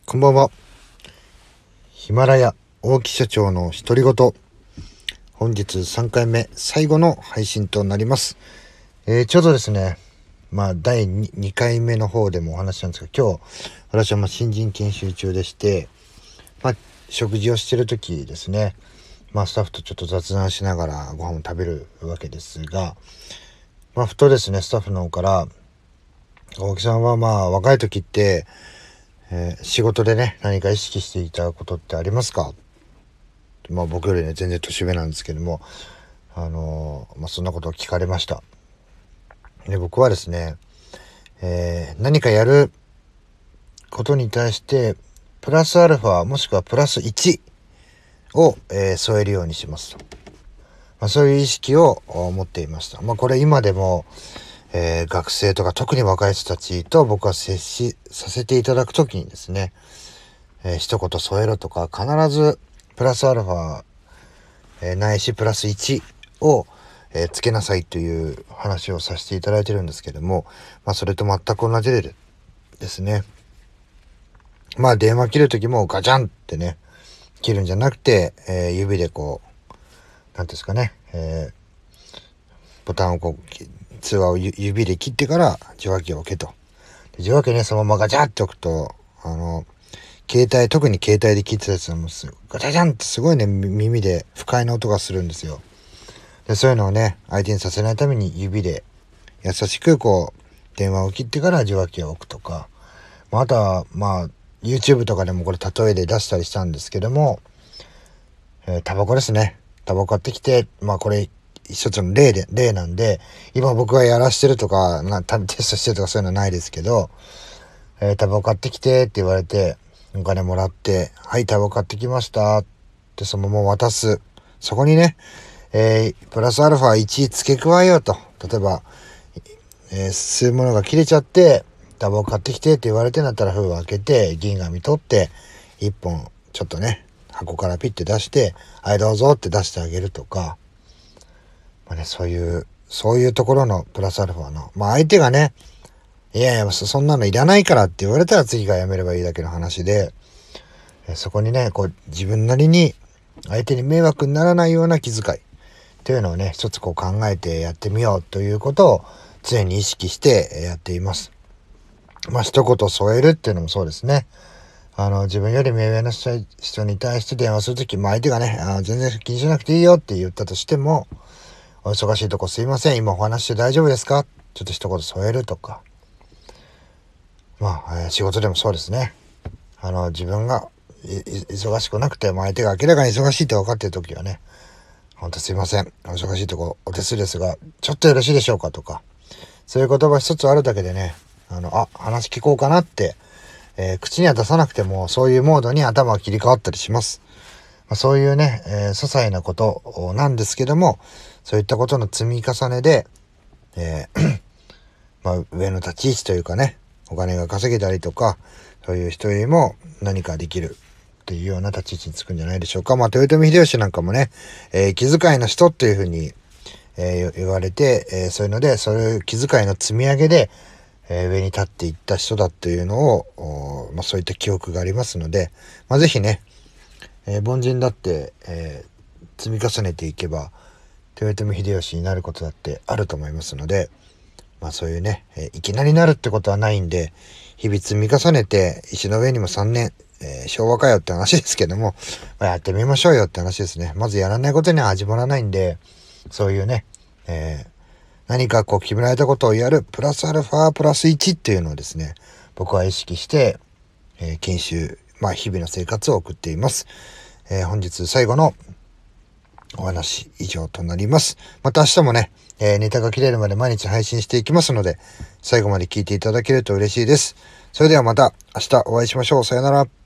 こんばんは。ヒマラヤ大木社長の独り言。本日3回目最後の配信となります。ちょうどですね、第 2回目の方でもお話したんですが、今日私は新人研修中でして、食事をしている時ですね、スタッフとちょっと雑談しながらご飯を食べるわけですが、ふとですね、スタッフの方から大木さんは若い時って仕事でね何か意識していたことってありますか？僕よりね全然年上なんですけども、そんなことを聞かれました。で、僕はですね、何かやることに対してプラスアルファもしくはプラス1を、添えるようにしますと、そういう意識を持っていました。これ今でも、学生とか特に若い人たちと僕は接しさせていただくときにですね、一言添えろとか必ずプラスアルファ、ないしプラス1を、つけなさいという話をさせていただいてるんですけども、それと全く同じでですね、電話切るときもガチャンってね切るんじゃなくて、指でこうなんですかね、ボタンを通話を指で切ってから受話器を置けと。受話器ねそのままガチャって置くと特に携帯で聞いてたやつはガチャガチャンってすごいね耳で不快な音がするんですよ。で、そういうのをね相手にさせないために指で優しく電話を切ってから受話器を置くとか、あとはYouTube とかでもこれ例えで出したりしたんですけども、タバコですね。タバコ買ってきて、これ一つの例なんで、今僕がやらしてるとかテストしてるとかそういうのはないですけど、タバコ買ってきてって言われてお金もらって、はいタバコ買ってきましたってそのまま渡す。そこにね、プラスアルファ1付け加えようと。例えば、吸うものが切れちゃってタバコ買ってきてって言われてんだったら封を開けて銀紙取って1本ちょっとね箱からピッて出してはいどうぞって出してあげるとか、そういうところのプラスアルファの相手がねいやいやそんなのいらないからって言われたら次からやめればいいだけの話で、そこにね自分なりに相手に迷惑にならないような気遣いというのをね一つ考えてやってみようということを常に意識してやっています。一言添えるっていうのもそうですね。自分より目上の人に対して電話するとき、相手がね全然気にしなくていいよって言ったとしても、お忙しいとこすいません今お話して大丈夫ですか、ちょっと一言添えるとか、仕事でもそうですね。自分が忙しくなくても相手が明らかに忙しいって分かっているときはね、ほんとすいませんお忙しいとこお手数ですがちょっとよろしいでしょうかとか、そういう言葉一つあるだけでね話聞こうかなって、口には出さなくてもそういうモードに頭が切り替わったりします。そういうね、些細なことなんですけども、そういったことの積み重ねで、上の立ち位置というかね、お金が稼げたりとか、そういう人よりも何かできるっていうような立ち位置につくんじゃないでしょうか。豊臣秀吉なんかもね、気遣いの人っていうふうに、言われて、そういうのでそういう気遣いの積み上げで、上に立っていった人だっていうのを、そういった記憶がありますので、ぜひね、凡人だって、積み重ねていけば豊臣秀吉になることだってあると思いますので、そういうね、いきなりなるってことはないんで、日々積み重ねて石の上にも3年、昭和かよって話ですけども、やってみましょうよって話ですね。まずやらないことには始まらないんで、そういうね、何か決められたことをやるプラスアルファプラス1っていうのをですね僕は意識して、研修日々の生活を送っています。本日最後のお話以上となります。また明日もね、ネタが切れるまで毎日配信していきますので最後まで聞いていただけると嬉しいです。それではまた明日お会いしましょう。さよなら。